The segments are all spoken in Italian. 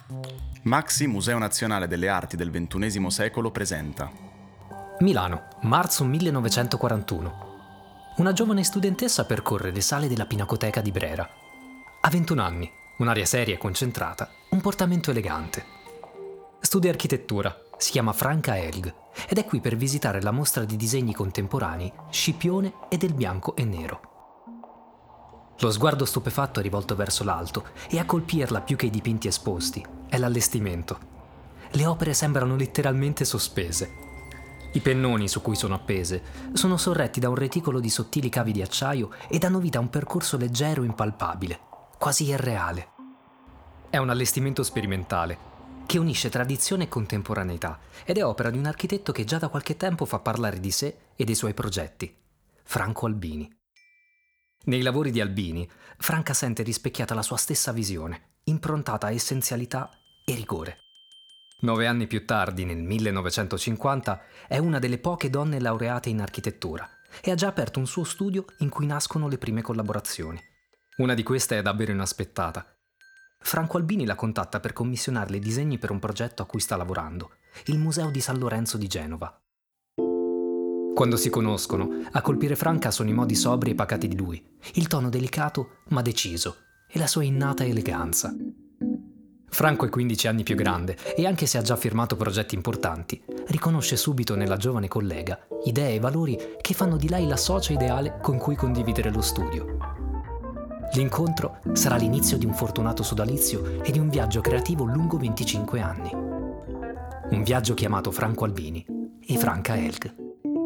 Maxi, Museo Nazionale delle Arti del XXI secolo presenta Milano, marzo 1941. Una giovane studentessa percorre le sale della Pinacoteca di Brera. Ha 21 anni, un'aria seria e concentrata, un portamento elegante. Studia architettura, si chiama Franca Elg ed è qui per visitare la mostra di disegni contemporanei Scipione e del bianco e nero. Lo sguardo stupefatto è rivolto verso l'alto e a colpirla più che i dipinti esposti è l'allestimento. Le opere sembrano letteralmente sospese. I pennoni su cui sono appese sono sorretti da un reticolo di sottili cavi di acciaio e danno vita a un percorso leggero e impalpabile, quasi irreale. È un allestimento sperimentale che unisce tradizione e contemporaneità ed è opera di un architetto che già da qualche tempo fa parlare di sé e dei suoi progetti, Franco Albini. Nei lavori di Albini, Franca sente rispecchiata la sua stessa visione, improntata a essenzialità e rigore. 9 anni più tardi, nel 1950, è una delle poche donne laureate in architettura e ha già aperto un suo studio in cui nascono le prime collaborazioni. Una di queste è davvero inaspettata. Franco Albini la contatta per commissionarle disegni per un progetto a cui sta lavorando, il Museo di San Lorenzo di Genova. Quando si conoscono, a colpire Franca sono i modi sobri e pacati di lui, il tono delicato ma deciso e la sua innata eleganza. Franco è 15 anni più grande e anche se ha già firmato progetti importanti, riconosce subito nella giovane collega idee e valori che fanno di lei la socia ideale con cui condividere lo studio. L'incontro sarà l'inizio di un fortunato sodalizio e di un viaggio creativo lungo 25 anni. Un viaggio chiamato Franco Albini e Franca Elg.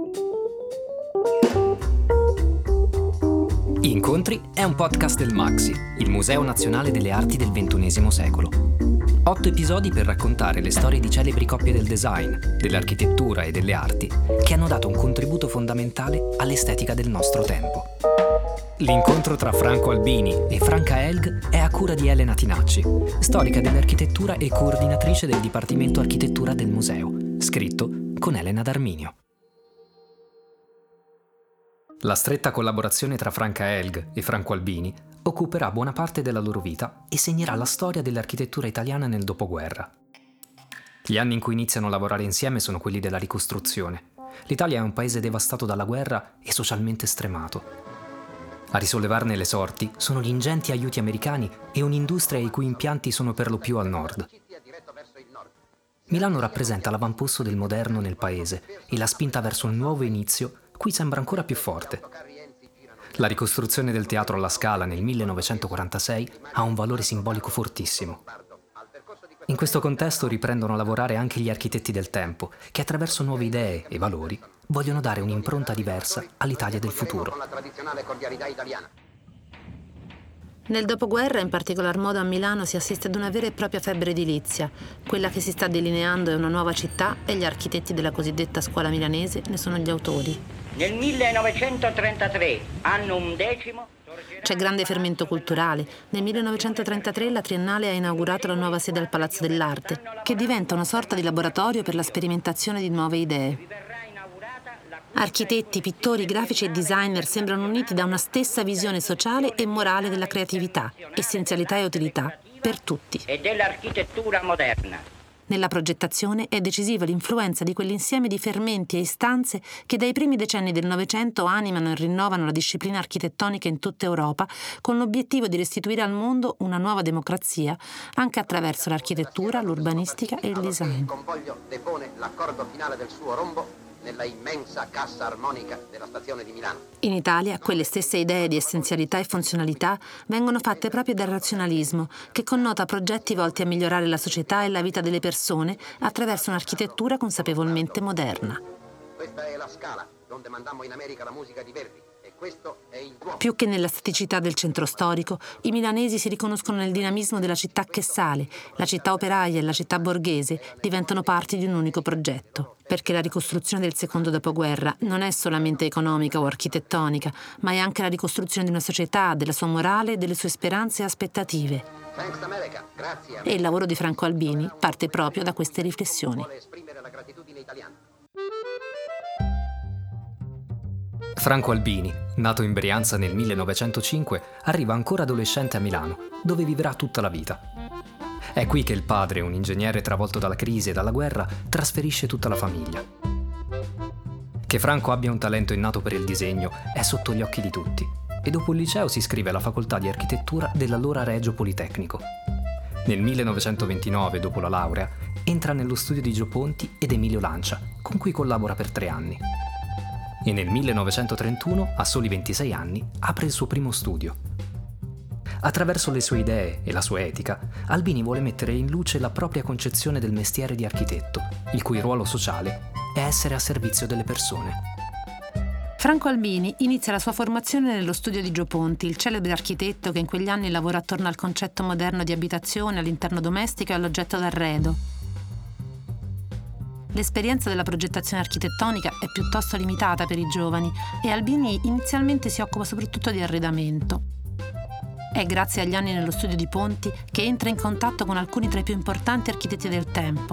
Incontri è un podcast del Maxi, il Museo Nazionale delle Arti del XXI secolo. 8 episodi per raccontare le storie di celebri coppie del design, dell'architettura e delle arti che hanno dato un contributo fondamentale all'estetica del nostro tempo. L'incontro tra Franco Albini e Franca Elg è a cura di Elena Tinacci, storica dell'architettura e coordinatrice del Dipartimento Architettura del museo, scritto con Elena D'Arminio. La stretta collaborazione tra Franca Elg e Franco Albini occuperà buona parte della loro vita e segnerà la storia dell'architettura italiana nel dopoguerra. Gli anni in cui iniziano a lavorare insieme sono quelli della ricostruzione. L'Italia è un paese devastato dalla guerra e socialmente stremato. A risollevarne le sorti sono gli ingenti aiuti americani e un'industria i cui impianti sono per lo più al nord. Milano rappresenta l'avamposto del moderno nel paese e la spinta verso un nuovo inizio qui sembra ancora più forte. La ricostruzione del Teatro alla Scala nel 1946 ha un valore simbolico fortissimo. In questo contesto riprendono a lavorare anche gli architetti del tempo, che attraverso nuove idee e valori vogliono dare un'impronta diversa all'Italia del futuro. Nel dopoguerra, in particolar modo a Milano, si assiste ad una vera e propria febbre edilizia. Quella che si sta delineando è una nuova città e gli architetti della cosiddetta scuola milanese ne sono gli autori. Nel 1933, anno 11, c'è grande fermento culturale. Nel 1933 la Triennale ha inaugurato la nuova sede al Palazzo dell'Arte, che diventa una sorta di laboratorio per la sperimentazione di nuove idee. Architetti, pittori, grafici e designer sembrano uniti da una stessa visione sociale e morale della creatività, essenzialità e utilità per tutti. e dell'architettura moderna. Nella progettazione è decisiva l'influenza di quell'insieme di fermenti e istanze che dai primi decenni del Novecento animano e rinnovano la disciplina architettonica in tutta Europa, con l'obiettivo di restituire al mondo una nuova democrazia anche attraverso l'architettura, l'urbanistica e il design. Il convoglio depone l'accordo finale del suo rombo nella immensa cassa armonica della stazione di Milano. In Italia, quelle stesse idee di essenzialità e funzionalità vengono fatte proprio dal razionalismo, che connota progetti volti a migliorare la società e la vita delle persone attraverso un'architettura consapevolmente moderna. Questa è la Scala, donde mandammo in America la musica di Verdi, e questo è il Duomo. Più che nella staticità del centro storico, i milanesi si riconoscono nel dinamismo della città che sale. La città operaia e la città borghese diventano parti di un unico progetto. Perché la ricostruzione del secondo dopoguerra non è solamente economica o architettonica, ma è anche la ricostruzione di una società, della sua morale, delle sue speranze e aspettative. Thanks America, grazie. E il lavoro di Franco Albini parte proprio da queste riflessioni. Vuole esprimere la gratitudine italiana. Franco Albini, nato in Brianza nel 1905, arriva ancora adolescente a Milano, dove vivrà tutta la vita. È qui che il padre, un ingegnere travolto dalla crisi e dalla guerra, trasferisce tutta la famiglia. Che Franco abbia un talento innato per il disegno è sotto gli occhi di tutti e dopo il liceo si iscrive alla facoltà di architettura dell'allora Regio Politecnico. Nel 1929, dopo la laurea, entra nello studio di Gio Ponti ed Emilio Lancia, con cui collabora per 3 anni. E nel 1931, a soli 26 anni, apre il suo primo studio. Attraverso le sue idee e la sua etica, Albini vuole mettere in luce la propria concezione del mestiere di architetto, il cui ruolo sociale è essere a servizio delle persone. Franco Albini inizia la sua formazione nello studio di Gio Ponti, il celebre architetto che in quegli anni lavora attorno al concetto moderno di abitazione, all'interno domestico e all'oggetto d'arredo. L'esperienza della progettazione architettonica è piuttosto limitata per i giovani e Albini inizialmente si occupa soprattutto di arredamento. È grazie agli anni nello studio di Ponti che entra in contatto con alcuni tra i più importanti architetti del tempo.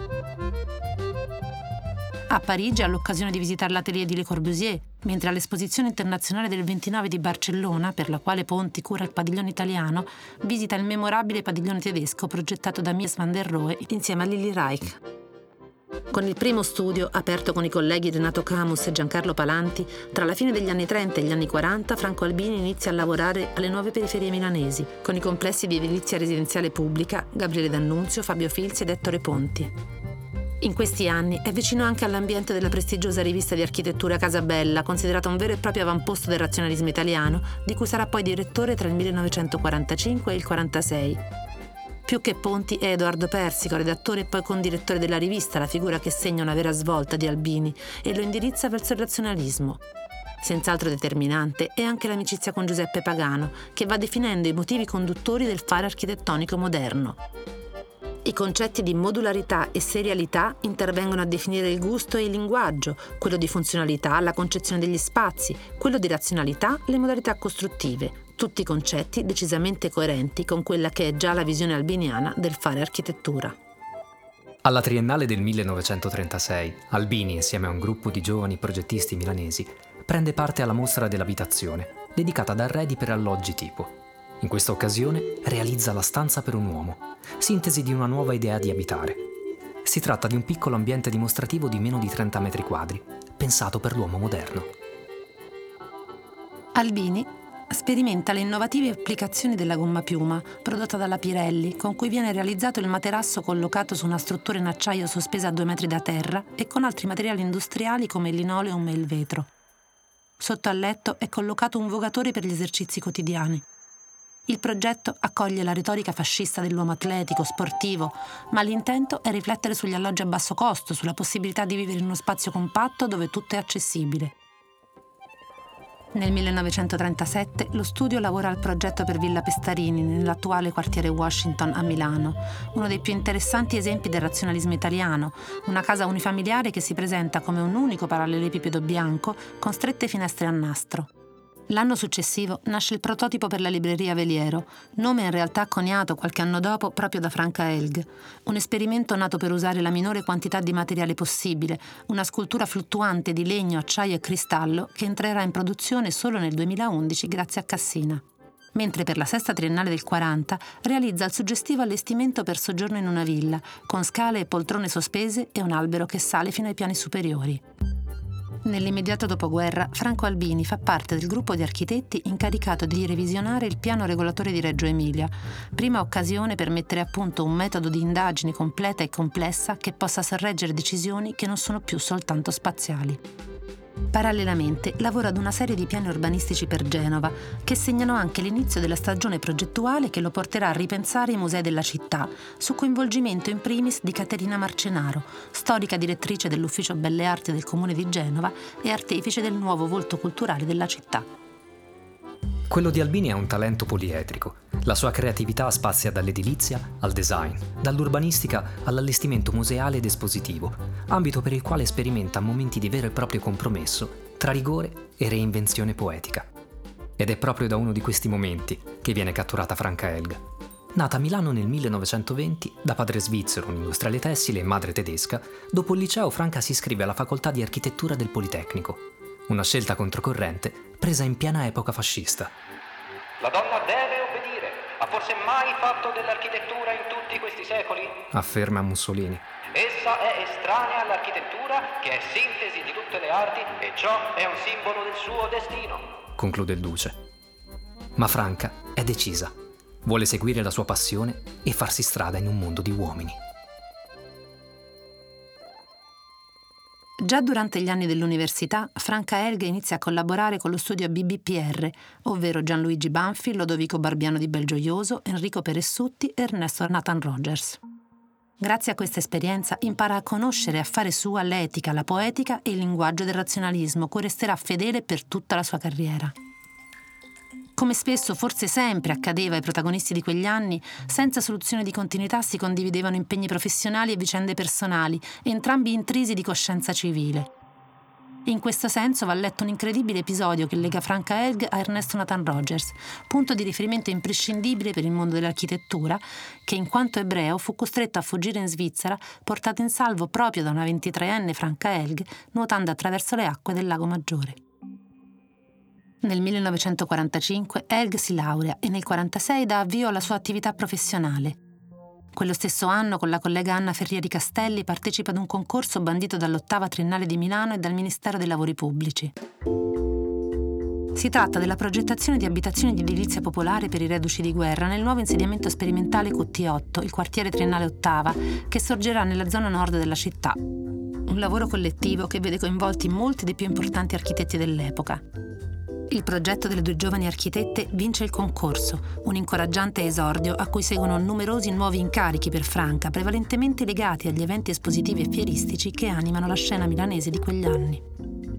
A Parigi ha l'occasione di visitare l'atelier di Le Corbusier, mentre all'Esposizione internazionale del 29 di Barcellona, per la quale Ponti cura il padiglione italiano, visita il memorabile padiglione tedesco progettato da Mies van der Rohe insieme a Lili Reich. Con il primo studio, aperto con i colleghi Renato Camus e Giancarlo Palanti, tra la fine degli anni 30 e gli anni 40 Franco Albini inizia a lavorare alle nuove periferie milanesi, con i complessi di edilizia residenziale pubblica Gabriele D'Annunzio, Fabio Filzi ed Ettore Ponti. In questi anni è vicino anche all'ambiente della prestigiosa rivista di architettura Casabella, considerata un vero e proprio avamposto del razionalismo italiano, di cui sarà poi direttore tra il 1945 e il 1946. Più che Ponti è Edoardo Persico, redattore e poi condirettore della rivista, la figura che segna una vera svolta di Albini e lo indirizza verso il razionalismo. Senz'altro determinante è anche l'amicizia con Giuseppe Pagano, che va definendo i motivi conduttori del fare architettonico moderno. I concetti di modularità e serialità intervengono a definire il gusto e il linguaggio, quello di funzionalità, la concezione degli spazi, quello di razionalità, le modalità costruttive, tutti concetti decisamente coerenti con quella che è già la visione albiniana del fare architettura. Alla Triennale del 1936, Albini, insieme a un gruppo di giovani progettisti milanesi, prende parte alla mostra dell'abitazione, dedicata ad arredi per alloggi tipo. In questa occasione realizza la stanza per un uomo, sintesi di una nuova idea di abitare. Si tratta di un piccolo ambiente dimostrativo di meno di 30 metri quadri, pensato per l'uomo moderno. Albini sperimenta le innovative applicazioni della gomma piuma, prodotta dalla Pirelli, con cui viene realizzato il materasso collocato su una struttura in acciaio sospesa a 2 metri da terra e con altri materiali industriali come il linoleum e il vetro. Sotto al letto è collocato un vogatore per gli esercizi quotidiani. Il progetto accoglie la retorica fascista dell'uomo atletico, sportivo, ma l'intento è riflettere sugli alloggi a basso costo, sulla possibilità di vivere in uno spazio compatto dove tutto è accessibile. Nel 1937 lo studio lavora al progetto per Villa Pestarini, nell'attuale quartiere Washington a Milano, uno dei più interessanti esempi del razionalismo italiano, una casa unifamiliare che si presenta come un unico parallelepipedo bianco con strette finestre a nastro. L'anno successivo nasce il prototipo per la libreria Veliero, nome in realtà coniato qualche anno dopo proprio da Franca Elg, un esperimento nato per usare la minore quantità di materiale possibile, una scultura fluttuante di legno, acciaio e cristallo che entrerà in produzione solo nel 2011 grazie a Cassina. Mentre per la sesta triennale del 40 realizza il suggestivo allestimento per soggiorno in una villa, con scale e poltrone sospese e un albero che sale fino ai piani superiori. Nell'immediato dopoguerra, Franco Albini fa parte del gruppo di architetti incaricato di revisionare il piano regolatore di Reggio Emilia, prima occasione per mettere a punto un metodo di indagine completa e complessa che possa sorreggere decisioni che non sono più soltanto spaziali. Parallelamente lavora ad una serie di piani urbanistici per Genova, che segnano anche l'inizio della stagione progettuale che lo porterà a ripensare i musei della città, su coinvolgimento in primis di Caterina Marcenaro, storica direttrice dell'Ufficio Belle Arti del Comune di Genova e artefice del nuovo volto culturale della città. Quello di Albini è un talento poliedrico. La sua creatività spazia dall'edilizia al design, dall'urbanistica all'allestimento museale ed espositivo, ambito per il quale sperimenta momenti di vero e proprio compromesso tra rigore e reinvenzione poetica. Ed è proprio da uno di questi momenti che viene catturata Franca Elg. Nata a Milano nel 1920, da padre svizzero, un industriale tessile e madre tedesca, dopo il liceo Franca si iscrive alla facoltà di architettura del Politecnico. Una scelta controcorrente presa in piena epoca fascista. La donna deve obbedire. Ha forse mai fatto dell'architettura in tutti questi secoli? secoli, afferma Mussolini. Essa è estranea all'architettura, che è sintesi di tutte le arti, e ciò è un simbolo del suo destino, conclude il duce. Ma Franca è decisa. Vuole seguire la sua passione e farsi strada in un mondo di uomini. Già durante gli anni dell'università, Franca Elg inizia a collaborare con lo studio BBPR, ovvero Gianluigi Banfi, Lodovico Barbiano di Belgioioso, Enrico Peressutti e Ernesto Nathan Rogers. Grazie a questa esperienza impara a conoscere e a fare sua l'etica, la poetica e il linguaggio del razionalismo, cui resterà fedele per tutta la sua carriera. Come spesso, forse sempre, accadeva ai protagonisti di quegli anni, senza soluzione di continuità si condividevano impegni professionali e vicende personali, entrambi intrisi di coscienza civile. In questo senso va letto un incredibile episodio che lega Franca Elg a Ernesto Nathan Rogers, punto di riferimento imprescindibile per il mondo dell'architettura, che in quanto ebreo fu costretto a fuggire in Svizzera, portato in salvo proprio da una 23enne Franca Elg, nuotando attraverso le acque del Lago Maggiore. Nel 1945 Elg si laurea e nel 1946 dà avvio alla sua attività professionale. Quello stesso anno, con la collega Anna Ferrieri Castelli, partecipa ad un concorso bandito dall'8ª Triennale di Milano e dal Ministero dei Lavori Pubblici. Si tratta della progettazione di abitazioni di edilizia popolare per i reduci di guerra nel nuovo insediamento sperimentale QT8, il quartiere triennale ottava, che sorgerà nella zona nord della città. Un lavoro collettivo che vede coinvolti molti dei più importanti architetti dell'epoca. Il progetto delle 2 giovani architette vince il concorso, un incoraggiante esordio a cui seguono numerosi nuovi incarichi per Franca, prevalentemente legati agli eventi espositivi e fieristici che animano la scena milanese di quegli anni.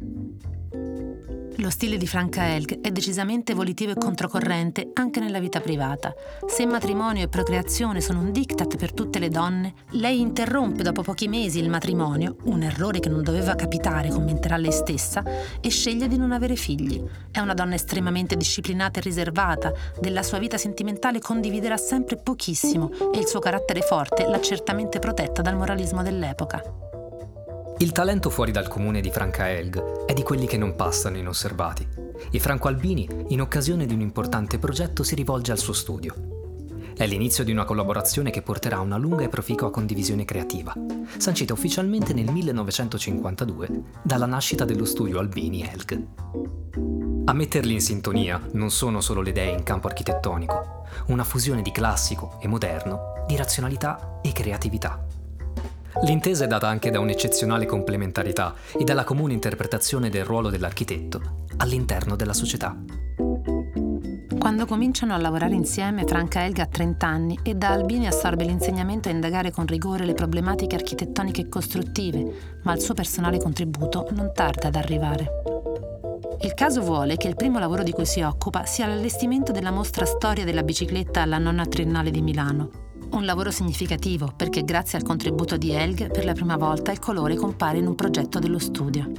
Lo stile di Franca Elg è decisamente volitivo e controcorrente anche nella vita privata. Se matrimonio e procreazione sono un diktat per tutte le donne, lei interrompe dopo pochi mesi il matrimonio, un errore che non doveva capitare, commenterà lei stessa, e sceglie di non avere figli. È una donna estremamente disciplinata e riservata, della sua vita sentimentale condividerà sempre pochissimo e il suo carattere forte l'ha certamente protetta dal moralismo dell'epoca. Il talento fuori dal comune di Franca Elg è di quelli che non passano inosservati e Franco Albini, in occasione di un importante progetto, si rivolge al suo studio. È l'inizio di una collaborazione che porterà a una lunga e proficua condivisione creativa, sancita ufficialmente nel 1952 dalla nascita dello studio Albini Elg. A metterli in sintonia non sono solo le idee in campo architettonico, una fusione di classico e moderno, di razionalità e creatività. L'intesa è data anche da un'eccezionale complementarità e dalla comune interpretazione del ruolo dell'architetto all'interno della società. Quando cominciano a lavorare insieme, Franca Elg ha 30 anni e da Albini assorbe l'insegnamento a indagare con rigore le problematiche architettoniche e costruttive, ma il suo personale contributo non tarda ad arrivare. Il caso vuole che il primo lavoro di cui si occupa sia l'allestimento della mostra Storia della bicicletta alla 9ª Triennale di Milano. Un lavoro significativo perché grazie al contributo di Elg per la prima volta il colore compare in un progetto dello studio.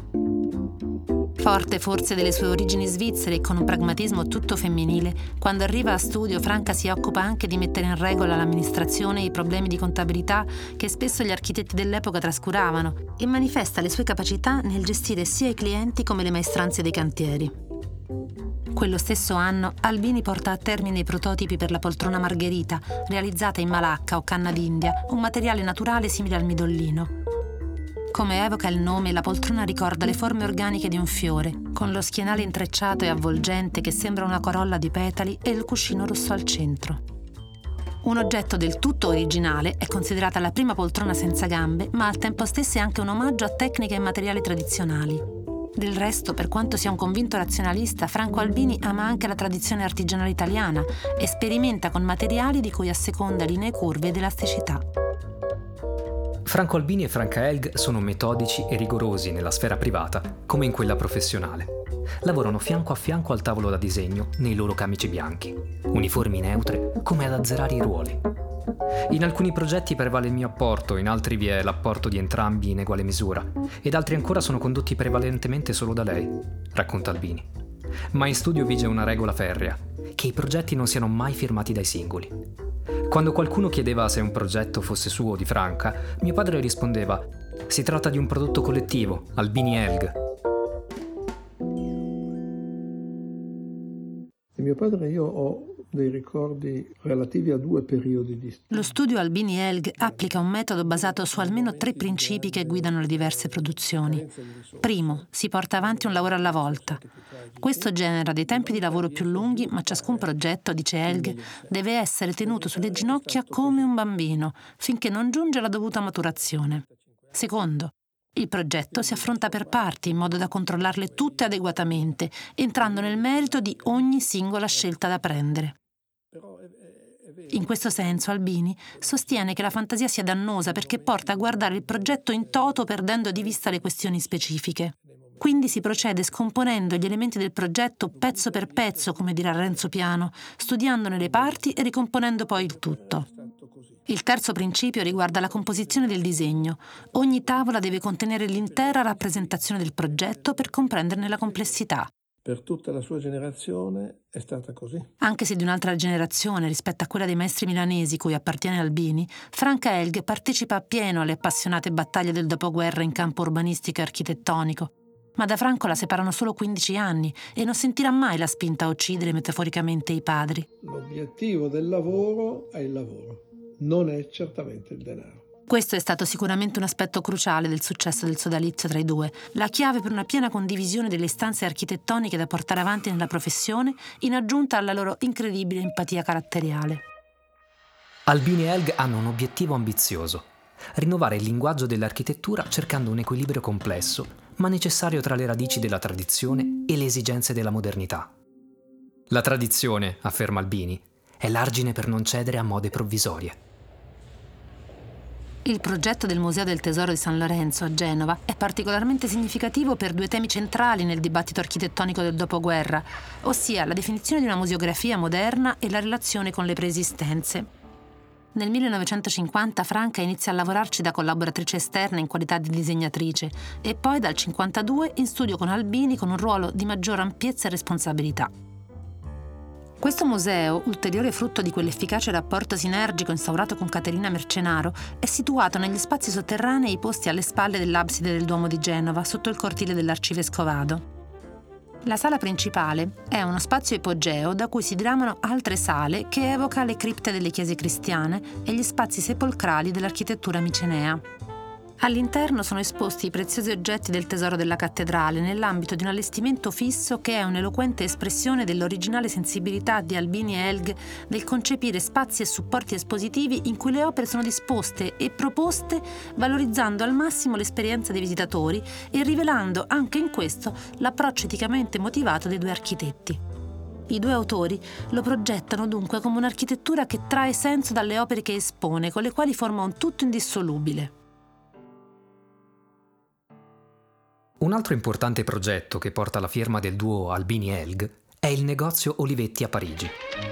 Forte forse delle sue origini svizzere e con un pragmatismo tutto femminile, quando arriva a studio Franca si occupa anche di mettere in regola l'amministrazione e i problemi di contabilità che spesso gli architetti dell'epoca trascuravano e manifesta le sue capacità nel gestire sia i clienti come le maestranze dei cantieri. Quello stesso anno Albini porta a termine i prototipi per la poltrona Margherita, realizzata in malacca o canna d'India, un materiale naturale simile al midollino. Come evoca il nome, la poltrona ricorda le forme organiche di un fiore, con lo schienale intrecciato e avvolgente che sembra una corolla di petali e il cuscino rosso al centro. Un oggetto del tutto originale, è considerata la prima poltrona senza gambe, ma al tempo stesso è anche un omaggio a tecniche e materiali tradizionali. Del resto, per quanto sia un convinto razionalista, Franco Albini ama anche la tradizione artigianale italiana e sperimenta con materiali di cui asseconda linee curve ed elasticità. Franco Albini e Franca Elg sono metodici e rigorosi nella sfera privata come in quella professionale. Lavorano fianco a fianco al tavolo da disegno nei loro camici bianchi, uniformi neutre come ad azzerare i ruoli. In alcuni progetti prevale il mio apporto, in altri vi è l'apporto di entrambi in eguale misura, ed altri ancora sono condotti prevalentemente solo da lei, racconta Albini. Ma in studio vige una regola ferrea, che i progetti non siano mai firmati dai singoli. Quando qualcuno chiedeva se un progetto fosse suo o di Franca, mio padre rispondeva: si tratta di un prodotto collettivo, Albini Elg. Mio padre e io ho dei ricordi relativi a 2 periodi di studio. Lo studio Albini-Helg applica un metodo basato su almeno 3 principi che guidano le diverse produzioni. Primo, si porta avanti un lavoro alla volta. Questo genera dei tempi di lavoro più lunghi, ma ciascun progetto, dice Helg, deve essere tenuto sulle ginocchia come un bambino, finché non giunge alla dovuta maturazione. Secondo, il progetto si affronta per parti in modo da controllarle tutte adeguatamente, entrando nel merito di ogni singola scelta da prendere. In questo senso Albini sostiene che la fantasia sia dannosa perché porta a guardare il progetto in toto perdendo di vista le questioni specifiche. Quindi si procede scomponendo gli elementi del progetto pezzo per pezzo, come dirà Renzo Piano, studiandone le parti e ricomponendo poi il tutto. Il terzo principio riguarda la composizione del disegno. Ogni tavola deve contenere l'intera rappresentazione del progetto per comprenderne la complessità. Per tutta la sua generazione è stata così. Anche se di un'altra generazione rispetto a quella dei maestri milanesi cui appartiene Albini, Franca Helg partecipa appieno alle appassionate battaglie del dopoguerra in campo urbanistico e architettonico. Ma da Franco la separano solo 15 anni e non sentirà mai la spinta a uccidere metaforicamente i padri. L'obiettivo del lavoro è il lavoro, non è certamente il denaro. Questo è stato sicuramente un aspetto cruciale del successo del sodalizio tra i due, la chiave per una piena condivisione delle istanze architettoniche da portare avanti nella professione, in aggiunta alla loro incredibile empatia caratteriale. Albini e Helg hanno un obiettivo ambizioso: rinnovare il linguaggio dell'architettura cercando un equilibrio complesso, ma necessario tra le radici della tradizione e le esigenze della modernità. La tradizione, afferma Albini, è l'argine per non cedere a mode provvisorie. Il progetto del Museo del Tesoro di San Lorenzo a Genova è particolarmente significativo per 2 temi centrali nel dibattito architettonico del dopoguerra, ossia la definizione di una museografia moderna e la relazione con le preesistenze. Nel 1950 Franca inizia a lavorarci da collaboratrice esterna in qualità di disegnatrice e poi dal 1952 in studio con Albini con un ruolo di maggior ampiezza e responsabilità. Questo museo, ulteriore frutto di quell'efficace rapporto sinergico instaurato con Caterina Mercenaro, è situato negli spazi sotterranei posti alle spalle dell'abside del Duomo di Genova, sotto il cortile dell'Arcivescovado. La sala principale è uno spazio ipogeo da cui si diramano altre sale che evoca le cripte delle chiese cristiane e gli spazi sepolcrali dell'architettura micenea. All'interno sono esposti i preziosi oggetti del tesoro della cattedrale nell'ambito di un allestimento fisso che è un'eloquente espressione dell'originale sensibilità di Albini e Helg del concepire spazi e supporti espositivi in cui le opere sono disposte e proposte valorizzando al massimo l'esperienza dei visitatori e rivelando anche in questo l'approccio eticamente motivato dei 2 architetti. I 2 autori lo progettano dunque come un'architettura che trae senso dalle opere che espone, con le quali forma un tutto indissolubile. Un altro importante progetto che porta la firma del duo Albini-Helg è il negozio Olivetti a Parigi.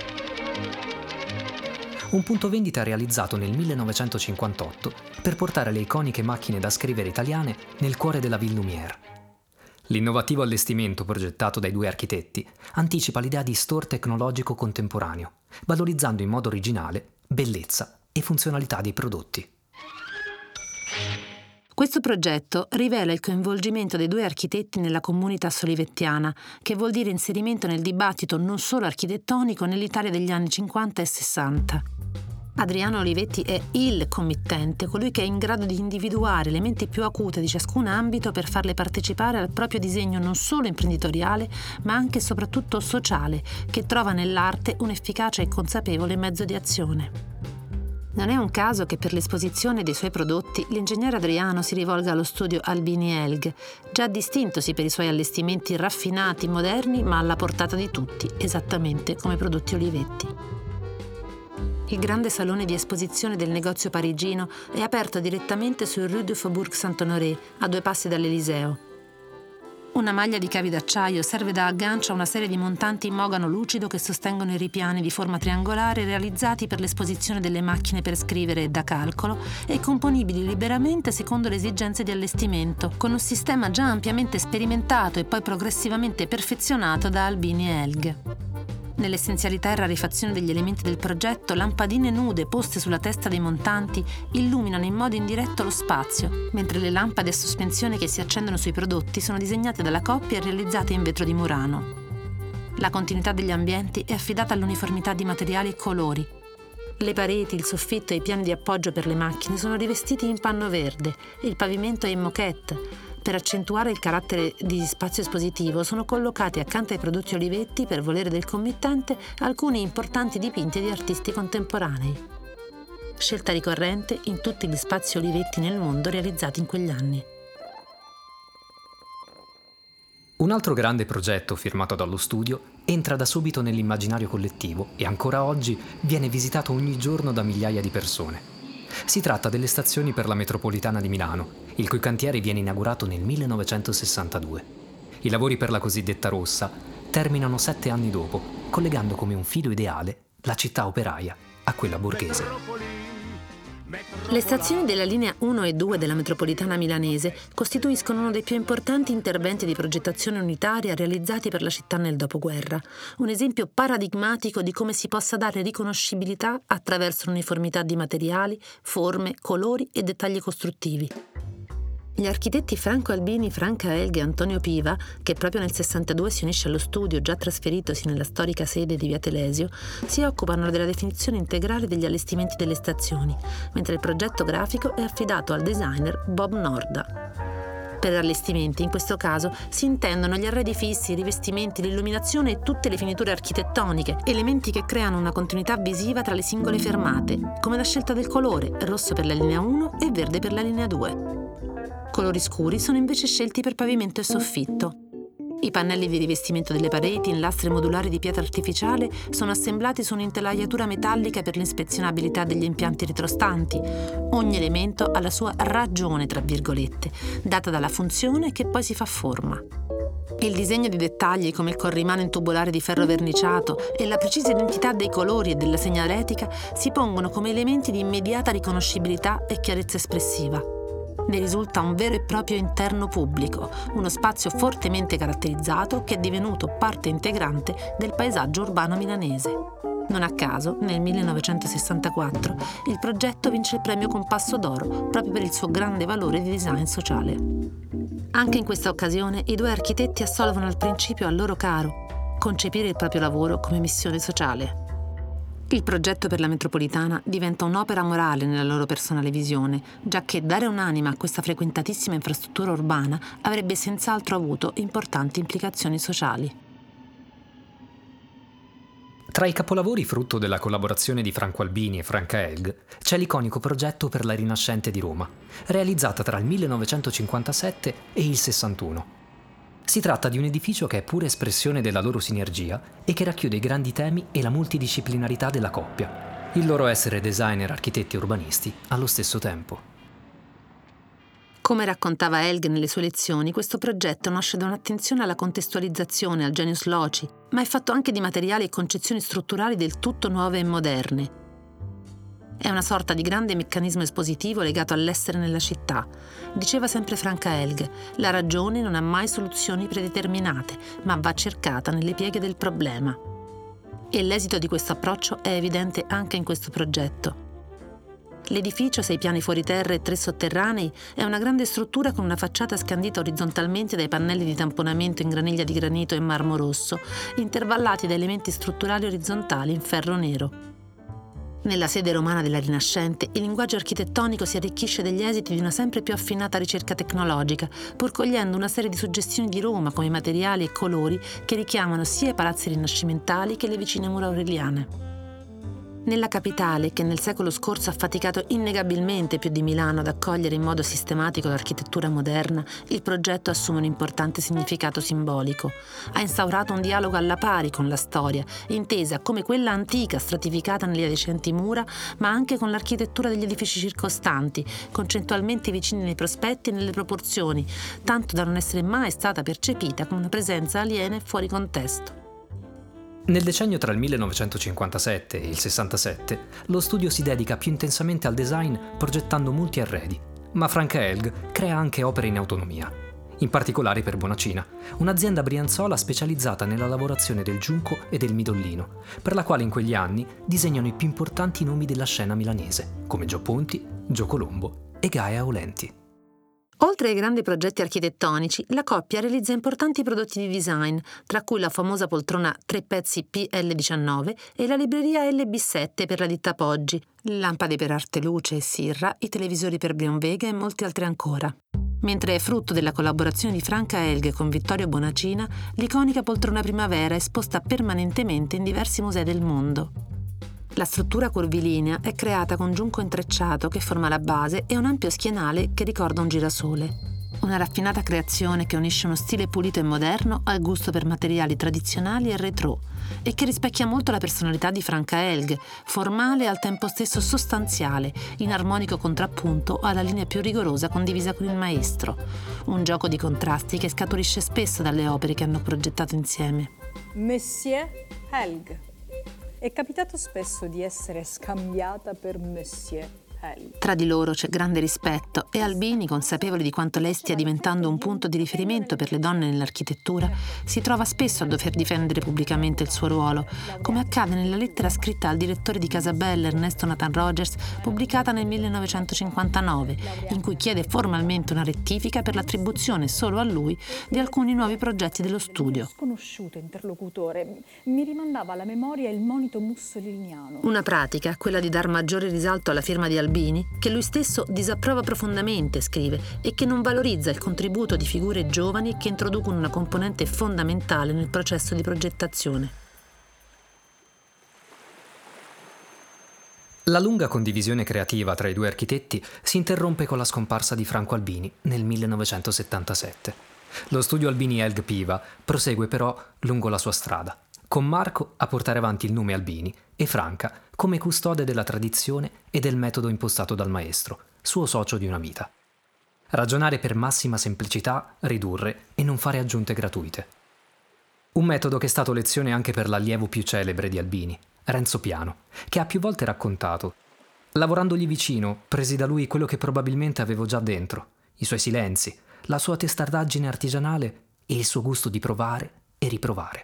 Un punto vendita realizzato nel 1958 per portare le iconiche macchine da scrivere italiane nel cuore della Ville Lumière. L'innovativo allestimento progettato dai 2 architetti anticipa l'idea di store tecnologico contemporaneo, valorizzando in modo originale bellezza e funzionalità dei prodotti. Questo progetto rivela il coinvolgimento dei 2 architetti nella comunitas olivettiana, che vuol dire inserimento nel dibattito non solo architettonico nell'Italia degli anni 50 e 60. Adriano Olivetti è il committente, colui che è in grado di individuare le menti più acute di ciascun ambito per farle partecipare al proprio disegno non solo imprenditoriale, ma anche e soprattutto sociale, che trova nell'arte un efficace e consapevole mezzo di azione. Non è un caso che per l'esposizione dei suoi prodotti l'ingegnere Adriano si rivolga allo studio Albini-Helg, già distintosi per i suoi allestimenti raffinati, moderni, ma alla portata di tutti, esattamente come prodotti Olivetti. Il grande salone di esposizione del negozio parigino è aperto direttamente sul Rue du Faubourg Saint-Honoré, a 2 passi dall'Eliseo. Una maglia di cavi d'acciaio serve da aggancio a una serie di montanti in mogano lucido che sostengono i ripiani di forma triangolare realizzati per l'esposizione delle macchine per scrivere e da calcolo e componibili liberamente secondo le esigenze di allestimento, con un sistema già ampiamente sperimentato e poi progressivamente perfezionato da Albini e Helg. Nell'essenzialità e rarefazione degli elementi del progetto, lampadine nude poste sulla testa dei montanti illuminano in modo indiretto lo spazio, mentre le lampade a sospensione che si accendono sui prodotti sono disegnate dalla coppia e realizzate in vetro di Murano. La continuità degli ambienti è affidata all'uniformità di materiali e colori. Le pareti, il soffitto e i piani di appoggio per le macchine sono rivestiti in panno verde e il pavimento è in moquette. Per accentuare il carattere di spazio espositivo sono collocati accanto ai prodotti Olivetti, per volere del committente, alcuni importanti dipinti di artisti contemporanei. Scelta ricorrente in tutti gli spazi Olivetti nel mondo realizzati in quegli anni. Un altro grande progetto firmato dallo studio entra da subito nell'immaginario collettivo e ancora oggi viene visitato ogni giorno da migliaia di persone. Si tratta delle stazioni per la metropolitana di Milano, il cui cantiere viene inaugurato nel 1962. I lavori per la cosiddetta Rossa terminano 7 anni dopo, collegando come un filo ideale la città operaia a quella borghese. Le stazioni della linea 1 e 2 della metropolitana milanese costituiscono uno dei più importanti interventi di progettazione unitaria realizzati per la città nel dopoguerra, un esempio paradigmatico di come si possa dare riconoscibilità attraverso l'uniformità di materiali, forme, colori e dettagli costruttivi. Gli architetti Franco Albini, Franca Elghe e Antonio Piva, che proprio nel 62 si unisce allo studio già trasferitosi nella storica sede di Via Telesio, si occupano della definizione integrale degli allestimenti delle stazioni, mentre il progetto grafico è affidato al designer Bob Norda. Per allestimenti, in questo caso, si intendono gli arredi fissi, i rivestimenti, l'illuminazione e tutte le finiture architettoniche, elementi che creano una continuità visiva tra le singole fermate, come la scelta del colore, rosso per la linea 1 e verde per la linea 2. Colori scuri sono invece scelti per pavimento e soffitto. I pannelli di rivestimento delle pareti in lastre modulari di pietra artificiale sono assemblati su un'intelaiatura metallica per l'inspezionabilità degli impianti retrostanti. Ogni elemento ha la sua ragione, tra virgolette, data dalla funzione che poi si fa forma. Il disegno di dettagli come il corrimano in tubolare di ferro verniciato e la precisa identità dei colori e della segnaletica si pongono come elementi di immediata riconoscibilità e chiarezza espressiva. Ne risulta un vero e proprio interno pubblico, uno spazio fortemente caratterizzato che è divenuto parte integrante del paesaggio urbano milanese. Non a caso, nel 1964, il progetto vince il premio Compasso d'Oro proprio per il suo grande valore di design sociale. Anche in questa occasione i due architetti assolvono al principio al loro caro: concepire il proprio lavoro come missione sociale. Il progetto per la metropolitana diventa un'opera morale nella loro personale visione, giacché dare un'anima a questa frequentatissima infrastruttura urbana avrebbe senz'altro avuto importanti implicazioni sociali. Tra i capolavori frutto della collaborazione di Franco Albini e Franca Elghe c'è l'iconico progetto per la Rinascente di Roma, realizzata tra il 1957 e il 61. Si tratta di un edificio che è pura espressione della loro sinergia e che racchiude i grandi temi e la multidisciplinarità della coppia, il loro essere designer, architetti e urbanisti allo stesso tempo. Come raccontava Elghe nelle sue lezioni, questo progetto nasce da un'attenzione alla contestualizzazione, al genius loci, ma è fatto anche di materiali e concezioni strutturali del tutto nuove e moderne. È una sorta di grande meccanismo espositivo legato all'essere nella città. Diceva sempre Franca Elghe, la ragione non ha mai soluzioni predeterminate, ma va cercata nelle pieghe del problema. E l'esito di questo approccio è evidente anche in questo progetto. L'edificio, 6 piani fuori terra e 3 sotterranei, è una grande struttura con una facciata scandita orizzontalmente dai pannelli di tamponamento in graniglia di granito e marmo rosso, intervallati da elementi strutturali orizzontali in ferro nero. Nella sede romana della Rinascente, il linguaggio architettonico si arricchisce degli esiti di una sempre più affinata ricerca tecnologica, pur cogliendo una serie di suggestioni di Roma come materiali e colori che richiamano sia i palazzi rinascimentali che le vicine mura aureliane. Nella capitale, che nel secolo scorso ha faticato innegabilmente più di Milano ad accogliere in modo sistematico l'architettura moderna, il progetto assume un importante significato simbolico. Ha instaurato un dialogo alla pari con la storia, intesa come quella antica stratificata nelle adiacenti mura, ma anche con l'architettura degli edifici circostanti, concettualmente vicini nei prospetti e nelle proporzioni, tanto da non essere mai stata percepita come una presenza aliena e fuori contesto. Nel decennio tra il 1957 e il 67, lo studio si dedica più intensamente al design progettando molti arredi, ma Franca Elghe crea anche opere in autonomia, in particolare per Bonacina, un'azienda brianzola specializzata nella lavorazione del giunco e del midollino, per la quale in quegli anni disegnano i più importanti nomi della scena milanese, come Gio Ponti, Gio Colombo e Gaia Aulenti. Oltre ai grandi progetti architettonici, la coppia realizza importanti prodotti di design, tra cui la famosa poltrona 3 pezzi PL19 e la libreria LB7 per la ditta Poggi, le lampade per Arteluce e Sirra, i televisori per Bionvega e molti altri ancora. Mentre è frutto della collaborazione di Franca Helg con Vittorio Bonacina, l'iconica poltrona Primavera è esposta permanentemente in diversi musei del mondo. La struttura curvilinea è creata con giunco intrecciato che forma la base e un ampio schienale che ricorda un girasole. Una raffinata creazione che unisce uno stile pulito e moderno al gusto per materiali tradizionali e rétro e che rispecchia molto la personalità di Franca Helg, formale e al tempo stesso sostanziale, in armonico contrappunto alla linea più rigorosa condivisa con il maestro. Un gioco di contrasti che scaturisce spesso dalle opere che hanno progettato insieme. Monsieur Helg. È capitato spesso di essere scambiata per Monsieur Helg. Tra di loro c'è grande rispetto e Albini, consapevole di quanto lei stia diventando un punto di riferimento per le donne nell'architettura, si trova spesso a dover difendere pubblicamente il suo ruolo, come accade nella lettera scritta al direttore di Casabella, Ernesto Nathan Rogers, pubblicata nel 1959, in cui chiede formalmente una rettifica per l'attribuzione solo a lui di alcuni nuovi progetti dello studio. Lo sconosciuto interlocutore mi rimandava alla memoria il monito mussoliniano. Una pratica, quella di dar maggiore risalto alla firma di Albini, che lui stesso disapprova profondamente, scrive, e che non valorizza il contributo di figure giovani che introducono una componente fondamentale nel processo di progettazione. La lunga condivisione creativa tra i due architetti si interrompe con la scomparsa di Franco Albini nel 1977. Lo studio Albini Helg Piva prosegue però lungo la sua strada, con Marco a portare avanti il nome Albini e Franca come custode della tradizione e del metodo impostato dal maestro, suo socio di una vita. Ragionare per massima semplicità, ridurre e non fare aggiunte gratuite. Un metodo che è stato lezione anche per l'allievo più celebre di Albini, Renzo Piano, che ha più volte raccontato: lavorandogli vicino, presi da lui quello che probabilmente avevo già dentro, i suoi silenzi, la sua testardaggine artigianale e il suo gusto di provare e riprovare.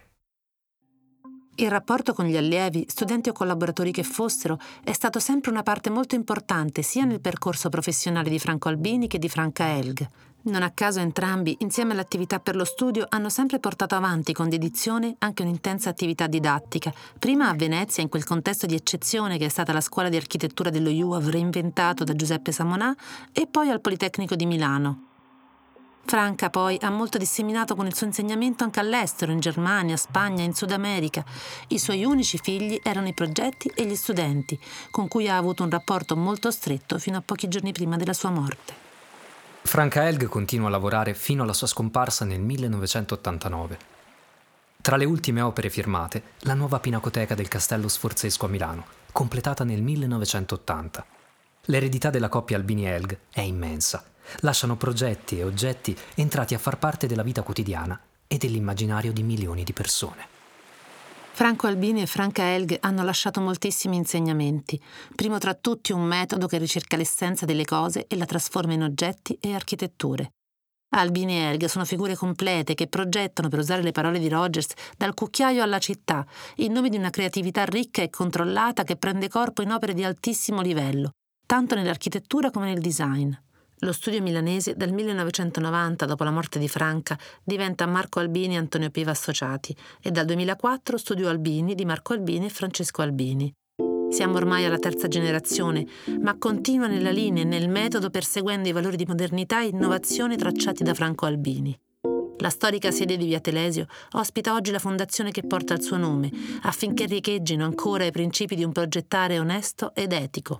Il rapporto con gli allievi, studenti o collaboratori che fossero, è stato sempre una parte molto importante sia nel percorso professionale di Franco Albini che di Franca Helg. Non a caso entrambi, insieme all'attività per lo studio, hanno sempre portato avanti con dedizione anche un'intensa attività didattica, prima a Venezia in quel contesto di eccezione che è stata la scuola di architettura dello IUAV reinventato da Giuseppe Samonà, e poi al Politecnico di Milano. Franca poi ha molto disseminato con il suo insegnamento anche all'estero, in Germania, Spagna, in Sud America. I suoi unici figli erano i progetti e gli studenti, con cui ha avuto un rapporto molto stretto fino a pochi giorni prima della sua morte. Franca Helg continua a lavorare fino alla sua scomparsa nel 1989. Tra le ultime opere firmate, la nuova pinacoteca del Castello Sforzesco a Milano, completata nel 1980. L'eredità della coppia Albini-Helg è immensa. Lasciano progetti e oggetti entrati a far parte della vita quotidiana e dell'immaginario di milioni di persone. Franco Albini e Franca Helg hanno lasciato moltissimi insegnamenti, primo tra tutti un metodo che ricerca l'essenza delle cose e la trasforma in oggetti e architetture. Albini e Helg sono figure complete che progettano, per usare le parole di Rogers, dal cucchiaio alla città, in nome di una creatività ricca e controllata che prende corpo in opere di altissimo livello, tanto nell'architettura come nel design. Lo studio milanese dal 1990, dopo la morte di Franca, diventa Marco Albini e Antonio Piva Associati e dal 2004 Studio Albini di Marco Albini e Francesco Albini. Siamo ormai alla terza generazione, ma continua nella linea e nel metodo perseguendo i valori di modernità e innovazione tracciati da Franco Albini. La storica sede di Via Telesio ospita oggi la fondazione che porta il suo nome, affinché riecheggiano ancora i principi di un progettare onesto ed etico.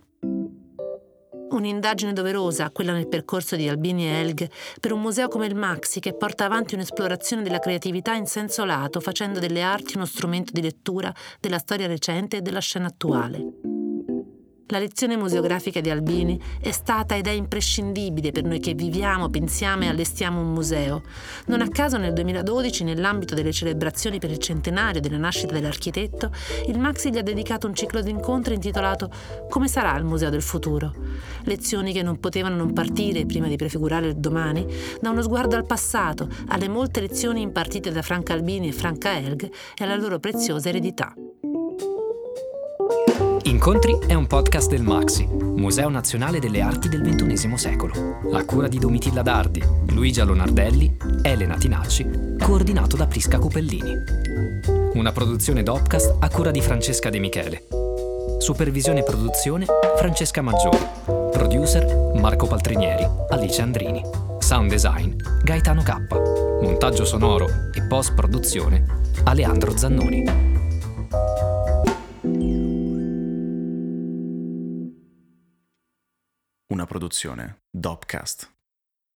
Un'indagine doverosa, quella nel percorso di Albini e Helg, per un museo come il Maxi che porta avanti un'esplorazione della creatività in senso lato, facendo delle arti uno strumento di lettura della storia recente e della scena attuale. La lezione museografica di Albini è stata ed è imprescindibile per noi che viviamo, pensiamo e allestiamo un museo. Non a caso nel 2012, nell'ambito delle celebrazioni per il centenario della nascita dell'architetto, il Maxi gli ha dedicato un ciclo di incontri intitolato «Come sarà il museo del futuro?». Lezioni che non potevano non partire, prima di prefigurare il domani, da uno sguardo al passato, alle molte lezioni impartite da Franca Albini e Franca Helg e alla loro preziosa eredità. Incontri è un podcast del MAXXI, Museo Nazionale delle Arti del XXI secolo, a cura di Domitilla Dardi, Luigia Lonardelli, Elena Tinacci, coordinato da Prisca Cupellini. Una produzione Dopcast a cura di Francesca De Michele. Supervisione e produzione Francesca Maggiore. Producer Marco Paltrinieri, Alice Andrini. Sound design Gaetano K. Montaggio sonoro e post-produzione Aleandro Zannoni. Una produzione Dopcast.